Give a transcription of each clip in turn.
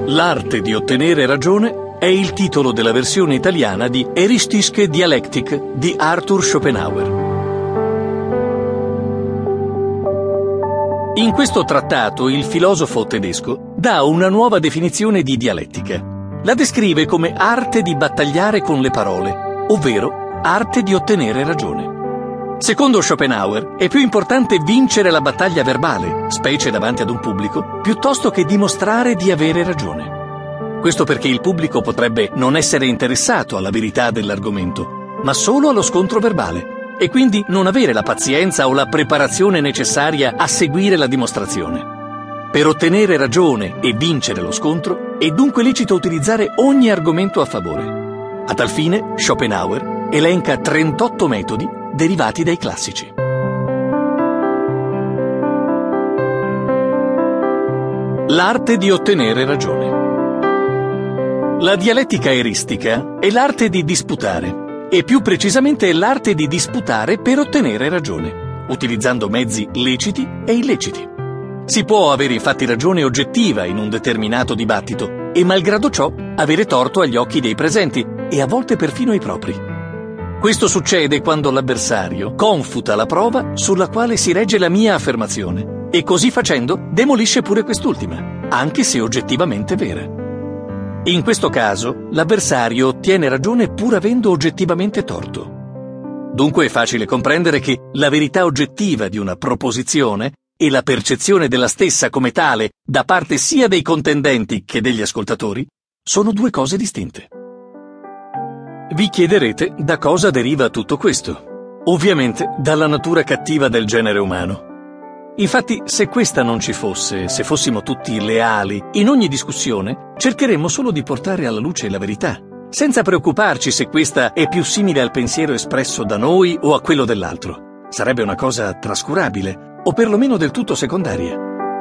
L'arte di ottenere ragione è il titolo della versione italiana di Eristische Dialektik di Arthur Schopenhauer. In questo trattato il filosofo tedesco dà una nuova definizione di dialettica. La descrive come arte di battagliare con le parole, ovvero arte di ottenere ragione. Secondo Schopenhauer è più importante vincere la battaglia verbale, specie davanti ad un pubblico, piuttosto che dimostrare di avere ragione. Questo perché il pubblico potrebbe non essere interessato alla verità dell'argomento, ma solo allo scontro verbale, e quindi non avere la pazienza o la preparazione necessaria a seguire la dimostrazione. Per ottenere ragione e vincere lo scontro è dunque lecito utilizzare ogni argomento a favore. A tal fine Schopenhauer elenca 38 metodi derivati dai classici. L'arte di ottenere ragione. La dialettica eristica è l'arte di disputare, e più precisamente è l'arte di disputare per ottenere ragione, utilizzando mezzi leciti e illeciti. Si può avere infatti ragione oggettiva in un determinato dibattito e malgrado ciò avere torto agli occhi dei presenti e a volte perfino ai propri. Questo succede quando l'avversario confuta la prova sulla quale si regge la mia affermazione e così facendo demolisce pure quest'ultima, anche se oggettivamente vera. In questo caso l'avversario ottiene ragione pur avendo oggettivamente torto. Dunque è facile comprendere che la verità oggettiva di una proposizione e la percezione della stessa come tale da parte sia dei contendenti che degli ascoltatori sono due cose distinte. Vi chiederete da cosa deriva tutto questo. Ovviamente dalla natura cattiva del genere umano. Infatti, se questa non ci fosse, se fossimo tutti leali, in ogni discussione cercheremmo solo di portare alla luce la verità, senza preoccuparci se questa è più simile al pensiero espresso da noi o a quello dell'altro. Sarebbe una cosa trascurabile, o perlomeno del tutto secondaria.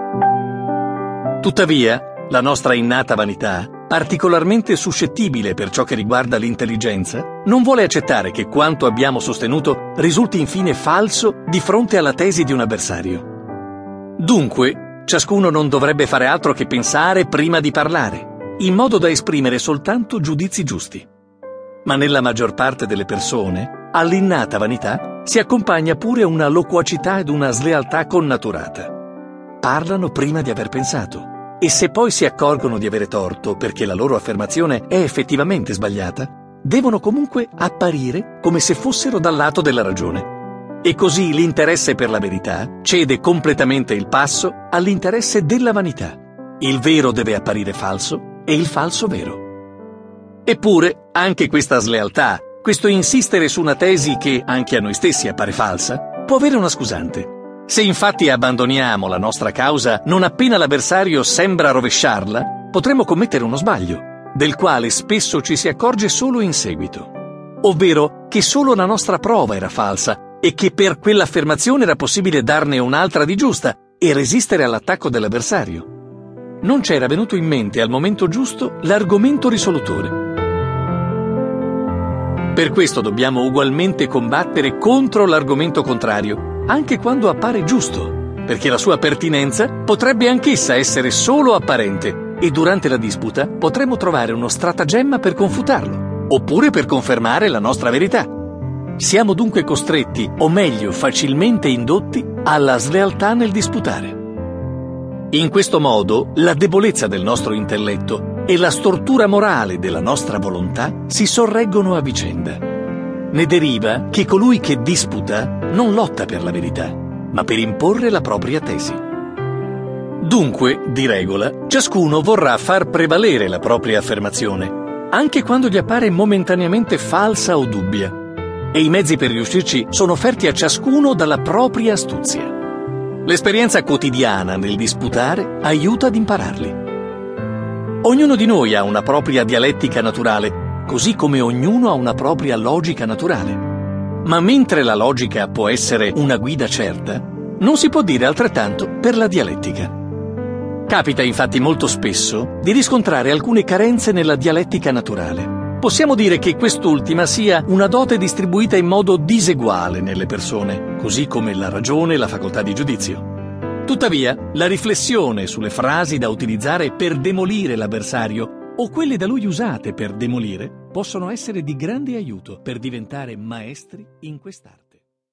Tuttavia, la nostra innata vanità, particolarmente suscettibile per ciò che riguarda l'intelligenza, non vuole accettare che quanto abbiamo sostenuto risulti infine falso di fronte alla tesi di un avversario. Dunque, ciascuno non dovrebbe fare altro che pensare prima di parlare, in modo da esprimere soltanto giudizi giusti. Ma nella maggior parte delle persone, all'innata vanità si accompagna pure una loquacità ed una slealtà connaturata. Parlano prima di aver pensato. E se poi si accorgono di avere torto perché la loro affermazione è effettivamente sbagliata, devono comunque apparire come se fossero dal lato della ragione. E così l'interesse per la verità cede completamente il passo all'interesse della vanità. Il vero deve apparire falso e il falso vero. Eppure, anche questa slealtà, questo insistere su una tesi che anche a noi stessi appare falsa, può avere una scusante. Se infatti abbandoniamo la nostra causa non appena l'avversario sembra rovesciarla, potremo commettere uno sbaglio, del quale spesso ci si accorge solo in seguito. Ovvero che solo la nostra prova era falsa e che per quell'affermazione era possibile darne un'altra di giusta e resistere all'attacco dell'avversario. Non c'era venuto in mente al momento giusto l'argomento risolutore. Per questo dobbiamo ugualmente combattere contro l'argomento contrario, anche quando appare giusto, perché la sua pertinenza potrebbe anch'essa essere solo apparente e durante la disputa potremo trovare uno stratagemma per confutarlo, oppure per confermare la nostra verità. Siamo dunque costretti, o meglio facilmente indotti, alla slealtà nel disputare. In questo modo la debolezza del nostro intelletto e la stortura morale della nostra volontà si sorreggono a vicenda. Ne deriva che colui che disputa non lotta per la verità, ma per imporre la propria tesi. Dunque, di regola, ciascuno vorrà far prevalere la propria affermazione, anche quando gli appare momentaneamente falsa o dubbia, e i mezzi per riuscirci sono offerti a ciascuno dalla propria astuzia. L'esperienza quotidiana nel disputare aiuta ad impararli. Ognuno di noi ha una propria dialettica naturale, così come ognuno ha una propria logica naturale. Ma mentre la logica può essere una guida certa, non si può dire altrettanto per la dialettica. Capita infatti molto spesso di riscontrare alcune carenze nella dialettica naturale. Possiamo dire che quest'ultima sia una dote distribuita in modo diseguale nelle persone, così come la ragione e la facoltà di giudizio. Tuttavia, la riflessione sulle frasi da utilizzare per demolire l'avversario o quelle da lui usate per demolire possono essere di grande aiuto per diventare maestri in quest'arte.